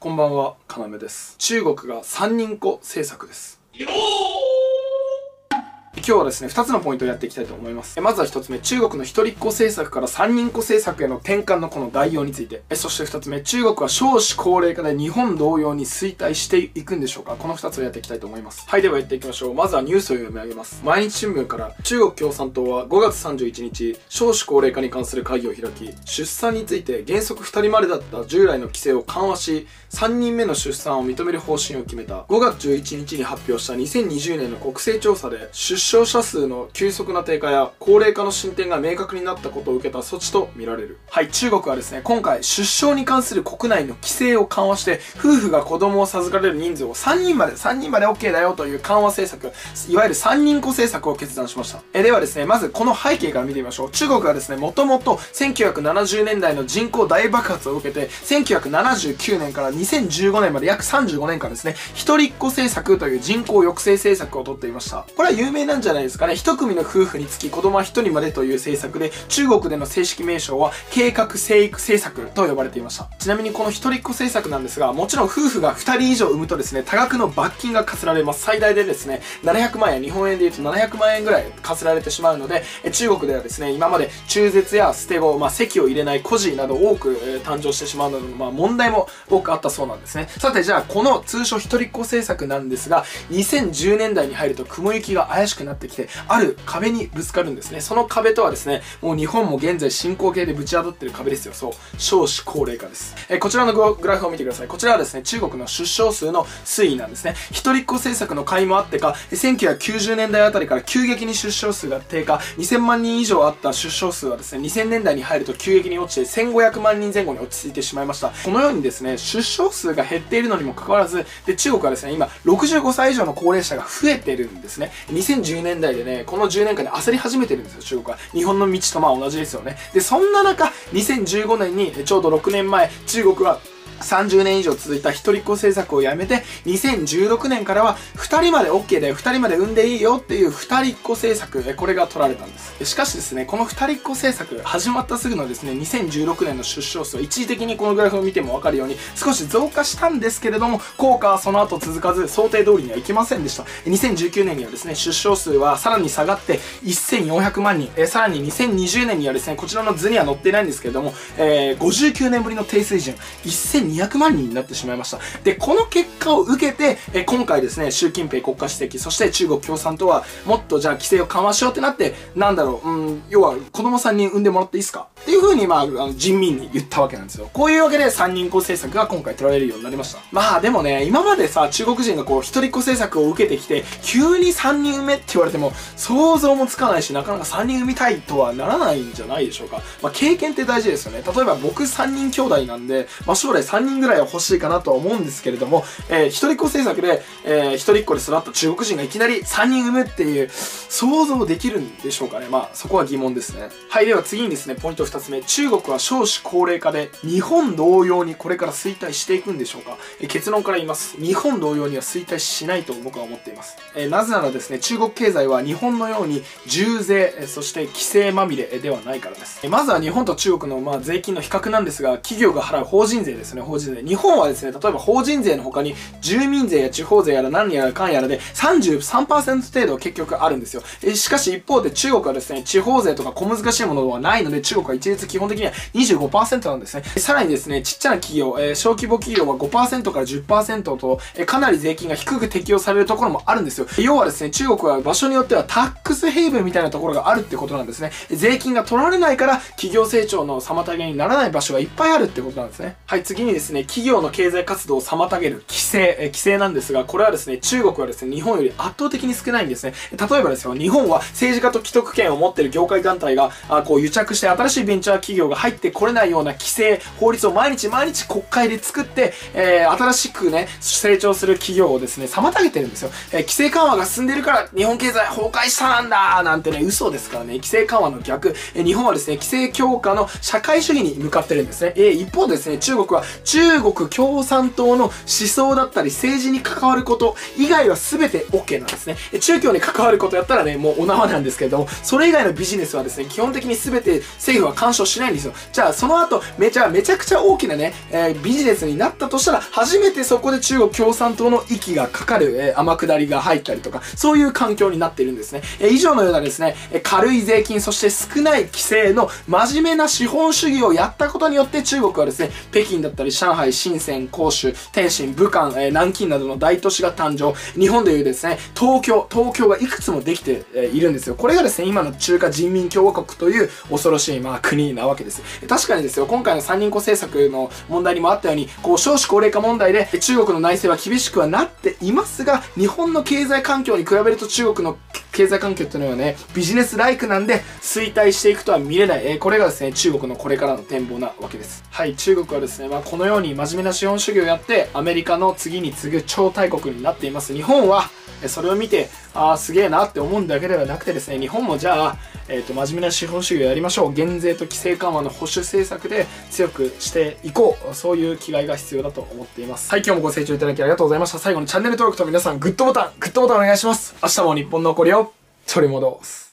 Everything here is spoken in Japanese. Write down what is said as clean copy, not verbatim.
こんばんは、かなめです。中国が三人子政策です。今日はですね、2つのポイントをやっていきたいと思います。まずは1つ目、中国の一人っ子政策から三人子政策への転換のこの概要について。そして2つ目、中国は少子高齢化で日本同様に衰退していくんでしょうか。この2つをやっていきたいと思います。はい、ではやっていきましょう。まずはニュースを読み上げます。毎日新聞から、中国共産党は5月31日、少子高齢化に関する会議を開き、出産について原則2人までだった従来の規制を緩和し、3人目の出産を認める方針を決めた。5月11日に発表した2020年の国勢調査で、出生者数の急速な低下や高齢化の進展が明確になったことを受けた措置とみられる。はい、中国はですね、今回出生に関する国内の規制を緩和して、夫婦が子供を授かれる人数を3人まで OK だよという緩和政策、いわゆる三人子政策を決断しました。ではですね、まずこの背景から見てみましょう。中国はですね、もともと1970年代の人口大爆発を受けて、1979年から2015年まで約35年間ですね、一人っ子政策という人口抑制政策をとっていました。これは有名なんじゃないですかね。一組の夫婦につき子供は一人までという政策で、中国での正式名称は計画生育政策と呼ばれていました。ちなみにこの一人っ子政策なんですが、もちろん夫婦が2人以上産むとですね、多額の罰金が課せられます。最大でですね、700万円、日本円で言うと700万円ぐらい課せられてしまうので、中国ではですね、今まで中絶や捨て子、籍を入れない孤児など多く誕生してしまうので、問題も多くあったそうなんですね。さてじゃあ、この通称一人っ子政策なんですが、2010年代に入ると雲行きが怪しくなってきて、ある壁にぶつかるんですね。その壁とはですね、もう日本も現在進行形でぶち当たっている壁ですよ。そう。少子高齢化です。こちらのグラフを見てください。こちらはですね、中国の出生数の推移なんですね。一人っ子政策の解もあってか、1990年代あたりから急激に出生数が低下、2000万人以上あった出生数はですね、2000年代に入ると急激に落ちて1500万人前後に落ち着いてしまいました。このようにですね、出生数が減っているのにもかかわらず、で、中国はですね、今、65歳以上の高齢者が増えてるんですね。2010年代でね、この10年間で焦り始めてるんですよ、中国は。日本の道と同じですよね。で、そんな中、2015年に、ちょうど6年前、中国は、30年以上続いた一人っ子政策をやめて、2016年からは2人まで OK だよ、2人まで産んでいいよっていう二人っ子政策、これが取られたんです。しかしですね、この二人っ子政策、始まったすぐのですね、2016年の出生数は一時的にこのグラフを見てもわかるように少し増加したんですけれども、効果はその後続かず、想定通りにはいきませんでした。2019年にはですね、出生数はさらに下がって1400万人、さらに2020年にはですね、こちらの図には載っていないんですけれども、59年ぶりの低水準、1200万人になってしまいました。で、この結果を受けて、今回ですね、習近平国家主席、そして中国共産党は、もっとじゃあ規制を緩和しようってなって、要は子供3人産んでもらっていいですかっていう風に、人民に言ったわけなんですよ。こういうわけで三人子政策が今回取られるようになりました。でもね、今までさ、中国人がこう、一人っ子政策を受けてきて、急に3人産めって言われても、想像もつかないし、なかなか3人産みたいとはならないんじゃないでしょうか。経験って大事ですよね。例えば僕3人兄弟なんで、将来3人ぐらいは欲しいかなとは思うんですけれども、一人っ子政策で、一人っ子で育った中国人がいきなり3人産むっていう、想像できるんでしょうかね。そこは疑問ですね。はい、では次にですね、ポイント2つ目。中国は少子高齢化で、日本同様にこれから衰退していくんでしょうか。結論から言います。日本同様には衰退しないと僕は思っています。なぜならですね、中国経済は日本のように重税、そして規制まみれではないからです。まずは日本と中国の税金の比較なんですが、企業が払う法人税ですね、法人税。日本はですね、例えば法人税の他に住民税や地方税やら何やらかんやらで 33% 程度結局あるんですよ。しかし一方で中国はですね、地方税とか小難しいものはないので、中国は一律基本的には 25% なんですね。さらにですね、ちっちゃな企業、小規模企業は 5% から 10% と、かなり税金が低く適用されるところもあるんですよ。要はですね、中国は場所によってはタックスヘイブンみたいなところがあるってことなんですね。税金が取られないから企業成長の妨げにならない場所がいっぱいあるってことなんですね。はい、次にですね、企業の経済活動を妨げる規制なんですが、これはですね、中国はですね、日本より圧倒的に少ないんですね。例えばですよ、日本は政治家と既得権を持っている業界団体が、癒着して新しいベンチャー企業が入ってこれないような規制、法律を毎日国会で作って、新しくね、成長する企業をですね、妨げてるんですよ。規制緩和が進んでるから日本経済崩壊したんだなんてね、嘘ですからね、規制緩和の逆、日本はですね、規制強化の社会主義に向かってるんですね。一方ですね、中国は中国共産党の思想だったり政治に関わること以外は全て OK なんですね。中共に関わることやったらね、もうお縄なんですけれども、それ以外のビジネスはですね、基本的に全て政府は干渉しないんですよ。じゃあ、その後、めちゃくちゃ大きなね、ビジネスになったとしたら、初めてそこで中国共産党の息がかかる、天下りが入ったりとか、そういう環境になっているんですね。以上のようなですね、軽い税金、そして少ない規制の真面目な資本主義をやったことによって、中国はですね、北京だったり、上海、深セン、広州、天津、武漢、南京などの大都市が誕生。日本でいうですね、東京がいくつもできているんですよ。これがですね、今の中華人民共和国という恐ろしい、国なわけです。確かにですよ、今回の三人っ子政策の問題にもあったように、少子高齢化問題で中国の内政は厳しくはなっていますが、日本の経済環境に比べると中国の経済環境っていうのはね、ビジネスライクなんで衰退していくとは見れない。これがですね、中国のこれからの展望なわけです。はい、中国はですね、このように真面目な資本主義をやって、アメリカの次に次ぐ超大国になっています。日本は、それを見て、すげえなって思うんだけではなくてですね、日本もじゃあ、真面目な資本主義をやりましょう。減税と規制緩和の保守政策で強くしていこう。そういう気概が必要だと思っています。はい、今日もご清聴いただきありがとうございました。最後にチャンネル登録と皆さんグッドボタンお願いします。明日も日本の残りを取り戻す。